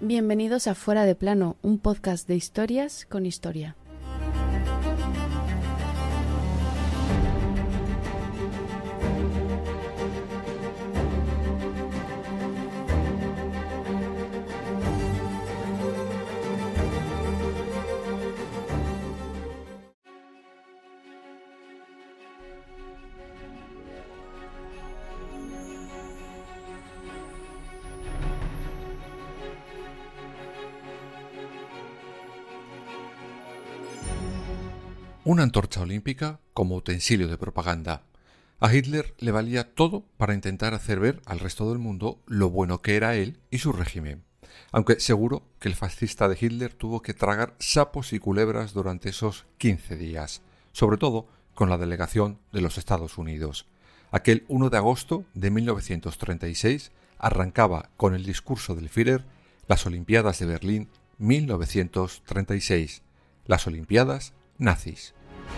Bienvenidos a Fuera de Plano, un podcast de historias con historia. Una antorcha olímpica como utensilio de propaganda. A Hitler le valía todo para intentar hacer ver al resto del mundo lo bueno que era él y su régimen. Aunque seguro que el fascista de Hitler tuvo que tragar sapos y culebras durante esos 15 días, sobre todo con la delegación de los Estados Unidos. Aquel 1 de agosto de 1936 arrancaba con el discurso del Führer las Olimpiadas de Berlín 1936, las Olimpiadas nazis.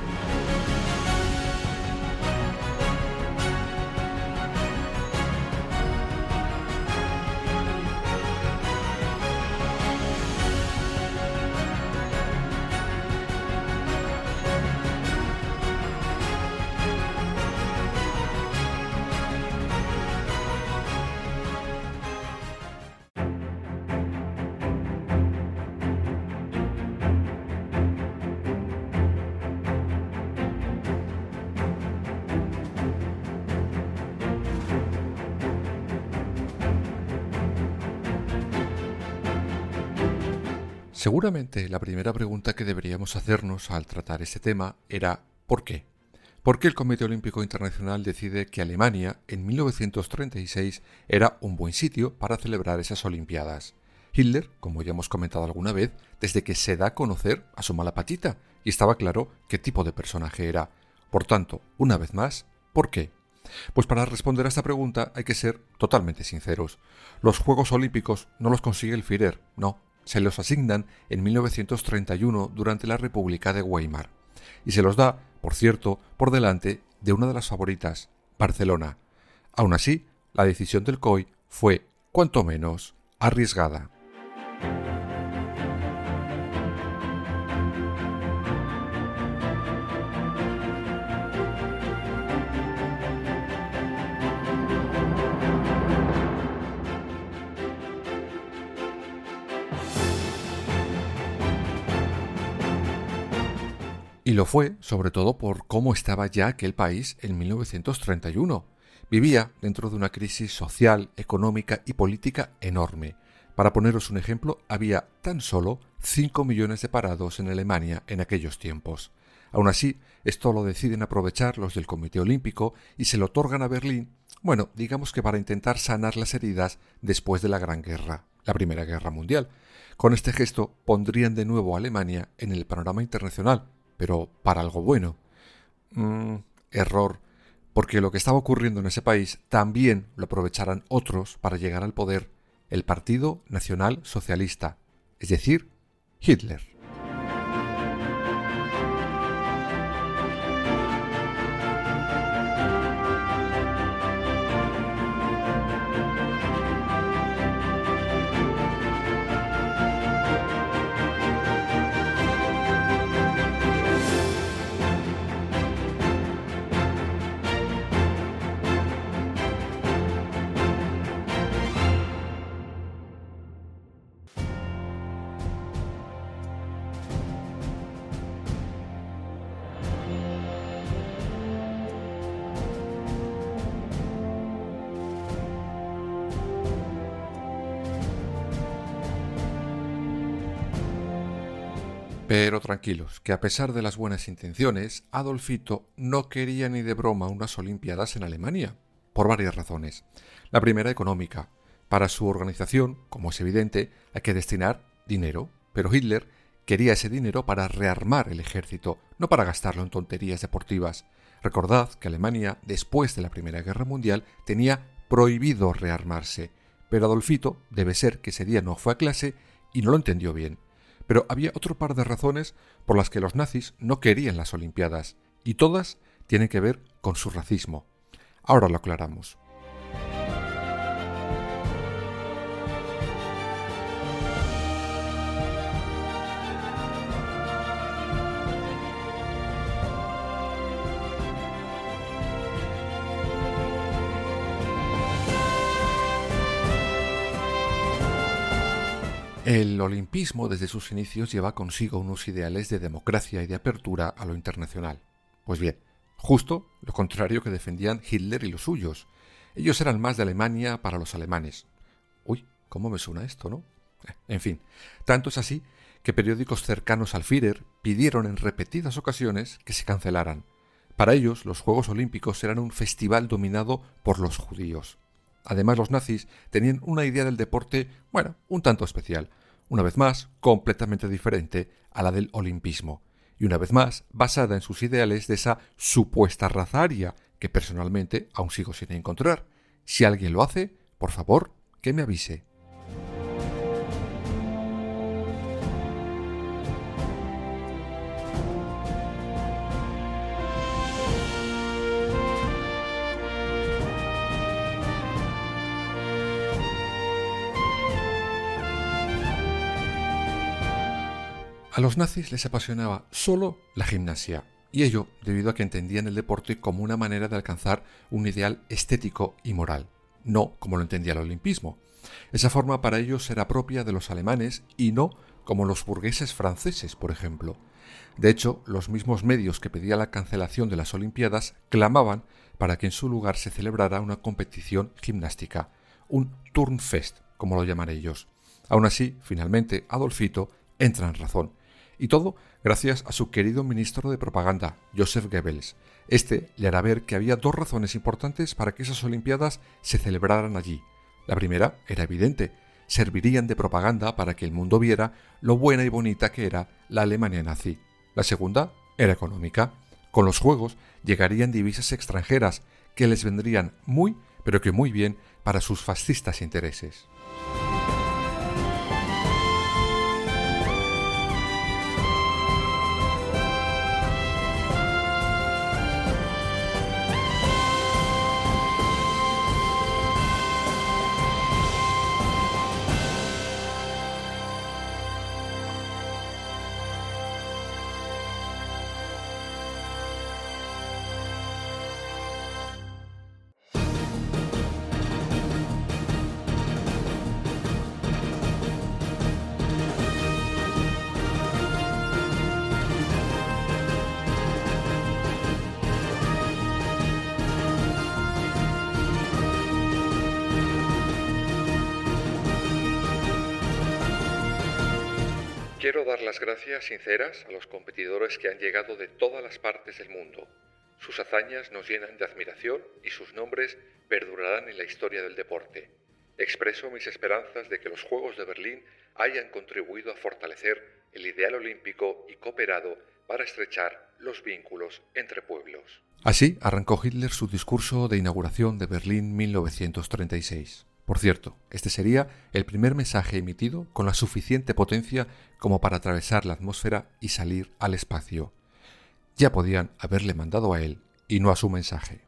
Seguramente la primera pregunta que deberíamos hacernos al tratar este tema era ¿por qué? ¿Por qué el Comité Olímpico Internacional decide que Alemania en 1936 era un buen sitio para celebrar esas Olimpiadas? Hitler, como ya hemos comentado alguna vez, desde que se da a conocer asoma la patita y estaba claro qué tipo de personaje era. Por tanto, una vez más, ¿por qué? Pues para responder a esta pregunta hay que ser totalmente sinceros. Los Juegos Olímpicos no los consigue el Führer, no. Se los asignan en 1931 durante la República de Weimar. Y se los da, por cierto, por delante de una de las favoritas, Barcelona. Aún así, la decisión del COI fue, cuanto menos, arriesgada. Y lo fue, sobre todo, por cómo estaba ya aquel país en 1931. Vivía dentro de una crisis social, económica y política enorme. Para poneros un ejemplo, había tan solo 5 millones de parados en Alemania en aquellos tiempos. Aún así, esto lo deciden aprovechar los del Comité Olímpico y se lo otorgan a Berlín, bueno, digamos que para intentar sanar las heridas después de la Gran Guerra, la Primera Guerra Mundial. Con este gesto pondrían de nuevo a Alemania en el panorama internacional, pero para algo bueno. Error, porque lo que estaba ocurriendo en ese país también lo aprovecharán otros para llegar al poder, el Partido Nacional Socialista, es decir, Hitler. Pero tranquilos, que a pesar de las buenas intenciones, Adolfito no quería ni de broma unas Olimpiadas en Alemania, por varias razones. La primera, económica. Para su organización, como es evidente, hay que destinar dinero, pero Hitler quería ese dinero para rearmar el ejército, no para gastarlo en tonterías deportivas. Recordad que Alemania, después de la Primera Guerra Mundial, tenía prohibido rearmarse, pero Adolfito debe ser que ese día no fue a clase y no lo entendió bien. Pero había otro par de razones por las que los nazis no querían las Olimpiadas, y todas tienen que ver con su racismo. Ahora lo aclaramos. El olimpismo desde sus inicios lleva consigo unos ideales de democracia y de apertura a lo internacional. Pues bien, justo lo contrario que defendían Hitler y los suyos. Ellos eran más de Alemania para los alemanes. Uy, ¿cómo me suena esto, no? En fin, tanto es así que periódicos cercanos al Führer pidieron en repetidas ocasiones que se cancelaran. Para ellos, los Juegos Olímpicos eran un festival dominado por los judíos. Además, los nazis tenían una idea del deporte, un tanto especial, una vez más, completamente diferente a la del olimpismo, y una vez más, basada en sus ideales de esa supuesta raza aria, que personalmente aún sigo sin encontrar. Si alguien lo hace, por favor, que me avise. A los nazis les apasionaba solo la gimnasia, y ello debido a que entendían el deporte como una manera de alcanzar un ideal estético y moral, no como lo entendía el olimpismo. Esa forma para ellos era propia de los alemanes y no como los burgueses franceses, por ejemplo. De hecho, los mismos medios que pedían la cancelación de las Olimpiadas clamaban para que en su lugar se celebrara una competición gimnástica, un Turnfest, como lo llaman ellos. Aún así, finalmente, Adolfito entra en razón. Y todo gracias a su querido ministro de propaganda, Joseph Goebbels. Este le hará ver que había dos razones importantes para que esas Olimpiadas se celebraran allí. La primera era evidente: servirían de propaganda para que el mundo viera lo buena y bonita que era la Alemania nazi. La segunda era económica. Con los Juegos llegarían divisas extranjeras que les vendrían muy, pero que muy bien para sus fascistas intereses. Quiero dar las gracias sinceras a los competidores que han llegado de todas las partes del mundo. Sus hazañas nos llenan de admiración y sus nombres perdurarán en la historia del deporte. Expreso mis esperanzas de que los Juegos de Berlín hayan contribuido a fortalecer el ideal olímpico y cooperado para estrechar los vínculos entre pueblos. Así arrancó Hitler su discurso de inauguración de Berlín 1936. Por cierto, este sería el primer mensaje emitido con la suficiente potencia como para atravesar la atmósfera y salir al espacio. Ya podían haberle mandado a él y no a su mensaje.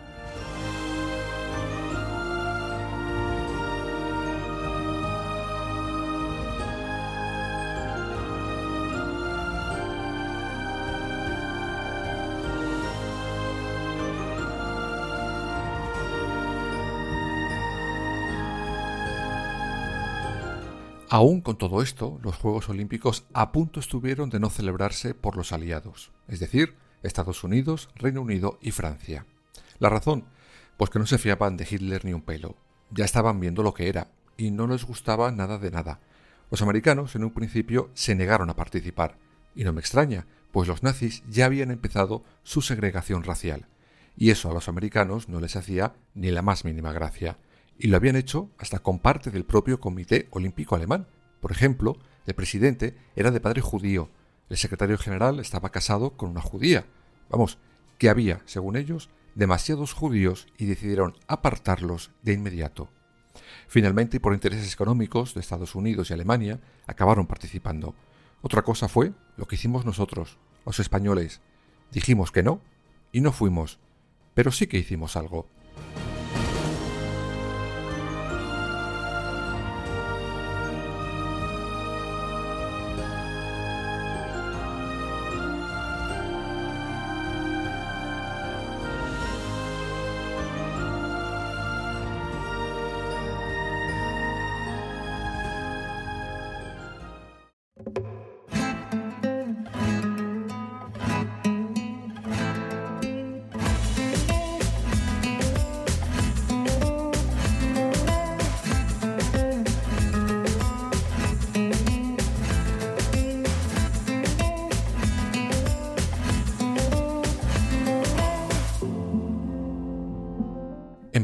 Aún con todo esto, los Juegos Olímpicos a punto estuvieron de no celebrarse por los aliados, es decir, Estados Unidos, Reino Unido y Francia. ¿La razón? Pues que no se fiaban de Hitler ni un pelo. Ya estaban viendo lo que era, y no les gustaba nada de nada. Los americanos en un principio se negaron a participar, y no me extraña, pues los nazis ya habían empezado su segregación racial, y eso a los americanos no les hacía ni la más mínima gracia. Y lo habían hecho hasta con parte del propio Comité Olímpico Alemán. Por ejemplo, el presidente era de padre judío, el secretario general estaba casado con una judía. Vamos, que había, según ellos, demasiados judíos y decidieron apartarlos de inmediato. Finalmente, y por intereses económicos de Estados Unidos y Alemania, acabaron participando. Otra cosa fue lo que hicimos nosotros, los españoles. Dijimos que no y no fuimos, pero sí que hicimos algo.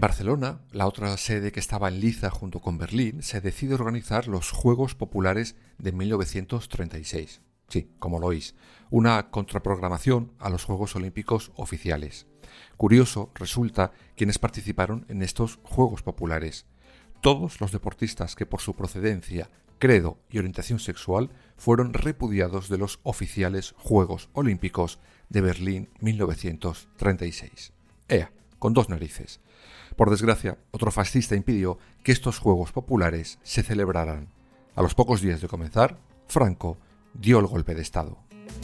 Barcelona, la otra sede que estaba en liza junto con Berlín, se decide organizar los Juegos Populares de 1936. Sí, como lo oís, una contraprogramación a los Juegos Olímpicos oficiales. Curioso resulta quienes participaron en estos Juegos Populares. Todos los deportistas que por su procedencia, credo y orientación sexual fueron repudiados de los oficiales Juegos Olímpicos de Berlín 1936. ¡Ea! Con dos narices. Por desgracia, otro fascista impidió que estos Juegos Populares se celebraran. A los pocos días de comenzar, Franco dio el golpe de Estado.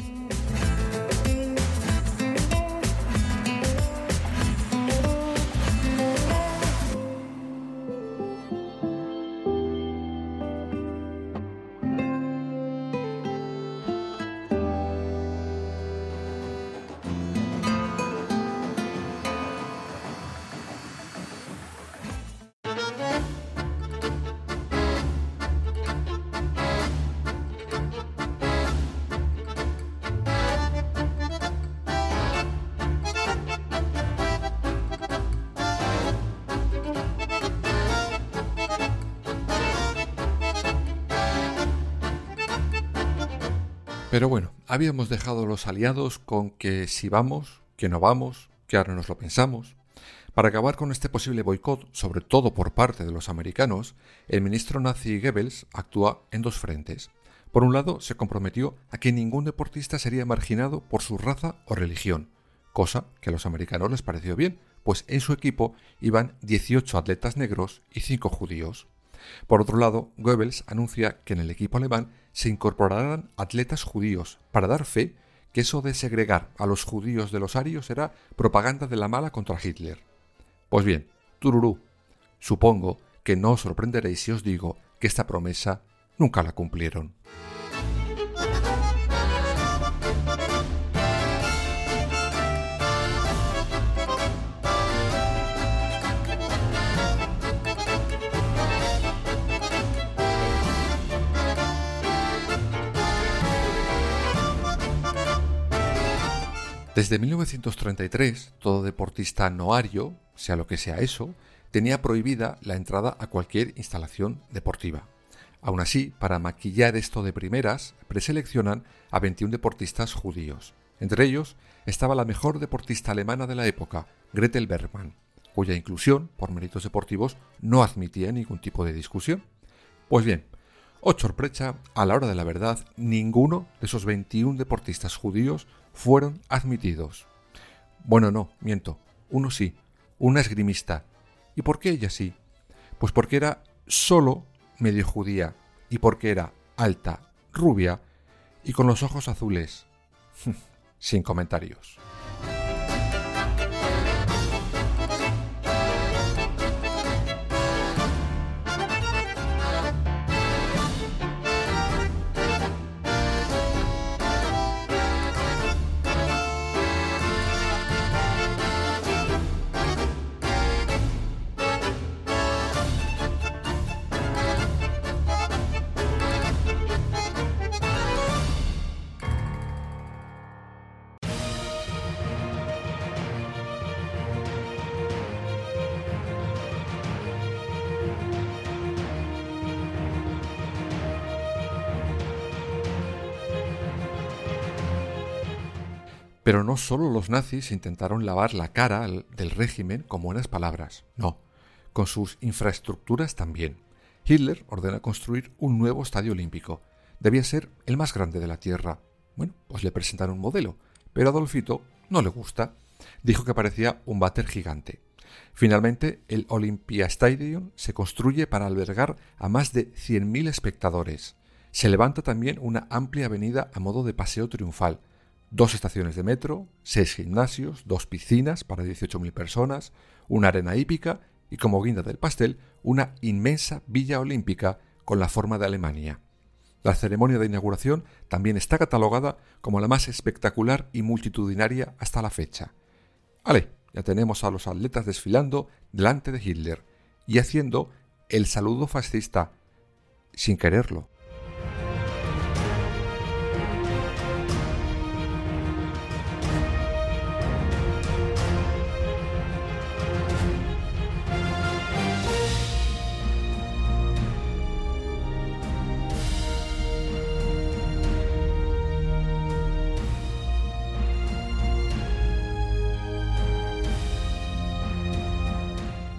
Pero bueno, habíamos dejado a los aliados con que si vamos, que no vamos, que ahora nos lo pensamos. Para acabar con este posible boicot, sobre todo por parte de los americanos, el ministro nazi Goebbels actúa en dos frentes. Por un lado, se comprometió a que ningún deportista sería marginado por su raza o religión, cosa que a los americanos les pareció bien, pues en su equipo iban 18 atletas negros y 5 judíos. Por otro lado, Goebbels anuncia que en el equipo alemán se incorporarán atletas judíos para dar fe que eso de segregar a los judíos de los arios era propaganda de la mala contra Hitler. Pues bien, tururú, supongo que no os sorprenderéis si os digo que esta promesa nunca la cumplieron. Desde 1933, todo deportista no ario, sea lo que sea eso, tenía prohibida la entrada a cualquier instalación deportiva. Aún así, para maquillar esto de primeras, preseleccionan a 21 deportistas judíos. Entre ellos estaba la mejor deportista alemana de la época, Gretel Bergmann, cuya inclusión, por méritos deportivos, no admitía ningún tipo de discusión. Pues bien, oh sorpresa, a la hora de la verdad, ninguno de esos 21 deportistas judíos fueron admitidos. Bueno, no, miento, uno sí, una esgrimista. ¿Y por qué ella sí? Pues porque era solo medio judía y porque era alta, rubia y con los ojos azules. Sin comentarios. Pero no solo los nazis intentaron lavar la cara del régimen con buenas palabras, no, con sus infraestructuras también. Hitler ordena construir un nuevo estadio olímpico. Debía ser el más grande de la Tierra. Bueno, pues le presentaron un modelo, pero a Adolfito no le gusta. Dijo que parecía un váter gigante. Finalmente, el Olympiastadion se construye para albergar a más de 100.000 espectadores. Se levanta también una amplia avenida a modo de paseo triunfal. 2 estaciones de metro, 6 gimnasios, 2 piscinas para 18.000 personas, una arena hípica y, como guinda del pastel, una inmensa villa olímpica con la forma de Alemania. La ceremonia de inauguración también está catalogada como la más espectacular y multitudinaria hasta la fecha. ¡Ale! Ya tenemos a los atletas desfilando delante de Hitler y haciendo el saludo fascista, sin quererlo.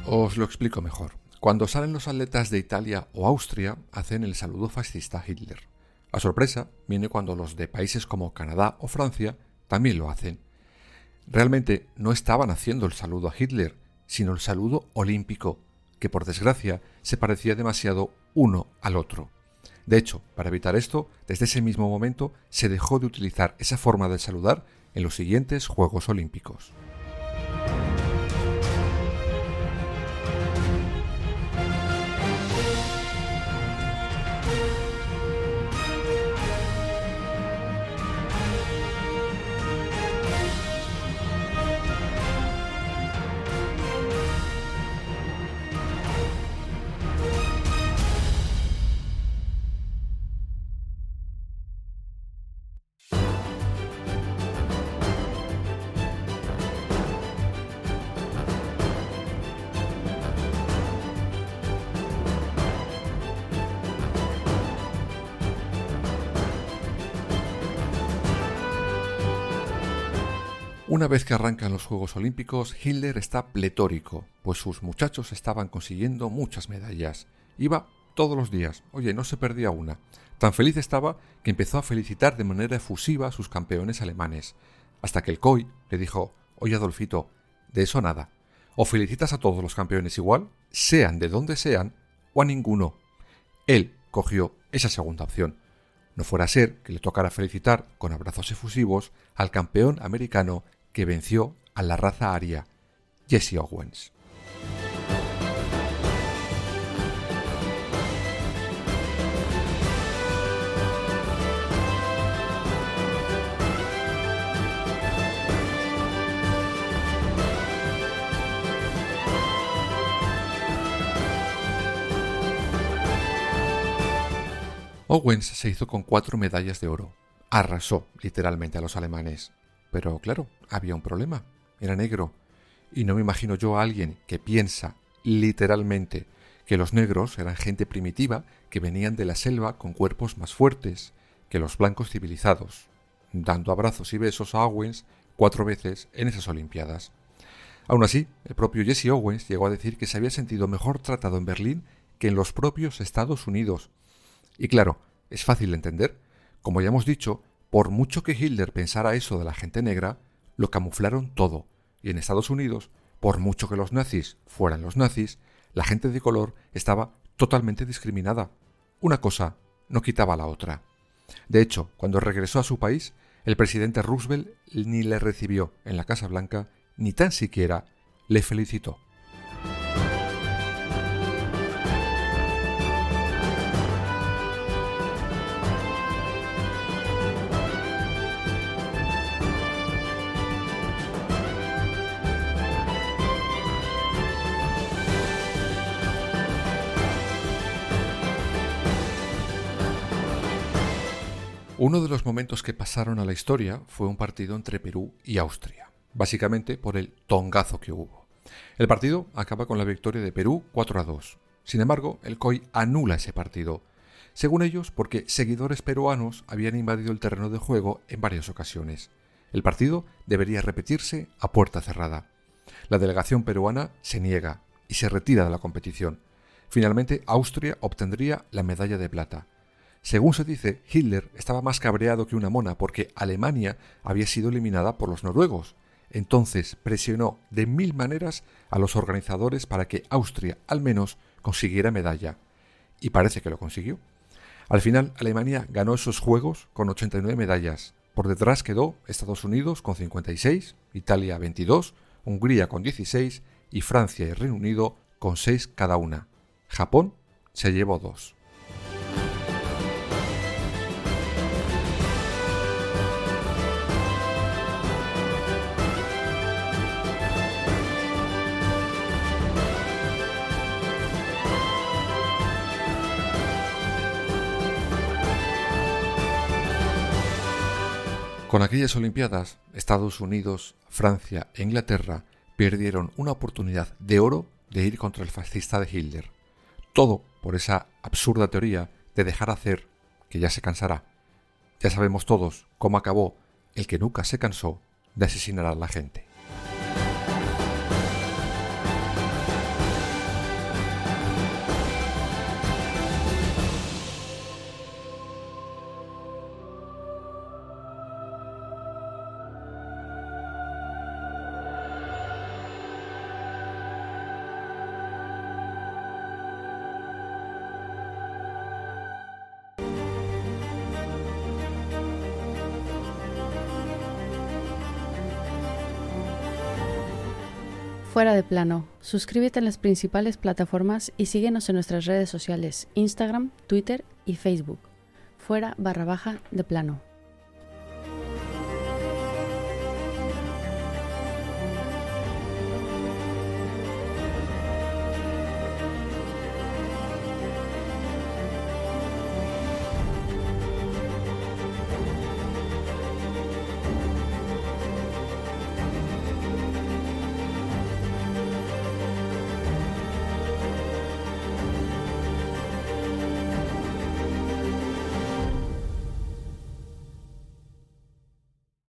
Os lo explico mejor. Cuando salen los atletas de Italia o Austria, hacen el saludo fascista a Hitler. La sorpresa viene cuando los de países como Canadá o Francia también lo hacen. Realmente no estaban haciendo el saludo a Hitler, sino el saludo olímpico, que por desgracia se parecía demasiado uno al otro. De hecho, para evitar esto, desde ese mismo momento se dejó de utilizar esa forma de saludar en los siguientes Juegos Olímpicos. Una vez que arrancan los Juegos Olímpicos, Hitler está pletórico, pues sus muchachos estaban consiguiendo muchas medallas. Iba todos los días, no se perdía una. Tan feliz estaba que empezó a felicitar de manera efusiva a sus campeones alemanes, hasta que el COI le dijo: oye Adolfito, de eso nada. O felicitas a todos los campeones igual, sean de donde sean, o a ninguno. Él cogió esa segunda opción. No fuera a ser que le tocara felicitar con abrazos efusivos al campeón americano que venció a la raza aria, Jesse Owens. Owens se hizo con 4 medallas de oro. Arrasó literalmente a los alemanes. Pero claro, había un problema. Era negro. Y no me imagino yo a alguien que piensa literalmente que los negros eran gente primitiva que venían de la selva con cuerpos más fuertes que los blancos civilizados, dando abrazos y besos a Owens 4 veces en esas Olimpiadas. Aún así, el propio Jesse Owens llegó a decir que se había sentido mejor tratado en Berlín que en los propios Estados Unidos. Y claro, es fácil de entender. Como ya hemos dicho, por mucho que Hitler pensara eso de la gente negra, lo camuflaron todo. Y en Estados Unidos, por mucho que los nazis fueran los nazis, la gente de color estaba totalmente discriminada. Una cosa no quitaba la otra. De hecho, cuando regresó a su país, el presidente Roosevelt ni le recibió en la Casa Blanca, ni tan siquiera le felicitó. Uno de los momentos que pasaron a la historia fue un partido entre Perú y Austria, básicamente por el tongazo que hubo. El partido acaba con la victoria de Perú 4-2. Sin embargo, el COI anula ese partido, según ellos porque seguidores peruanos habían invadido el terreno de juego en varias ocasiones. El partido debería repetirse a puerta cerrada. La delegación peruana se niega y se retira de la competición. Finalmente, Austria obtendría la medalla de plata. Según se dice, Hitler estaba más cabreado que una mona porque Alemania había sido eliminada por los noruegos. Entonces presionó de 1000 maneras a los organizadores para que Austria al menos consiguiera medalla. Y parece que lo consiguió. Al final, Alemania ganó esos juegos con 89 medallas. Por detrás quedó Estados Unidos con 56, Italia 22, Hungría con 16 y Francia y Reino Unido con 6 cada una. Japón se llevó 2. Con aquellas Olimpiadas, Estados Unidos, Francia e Inglaterra perdieron una oportunidad de oro de ir contra el fascista de Hitler. Todo por esa absurda teoría de dejar hacer, que ya se cansará. Ya sabemos todos cómo acabó el que nunca se cansó de asesinar a la gente. Fuera de Plano. Suscríbete en las principales plataformas y síguenos en nuestras redes sociales, Instagram, Twitter y Facebook. Fuera _de plano.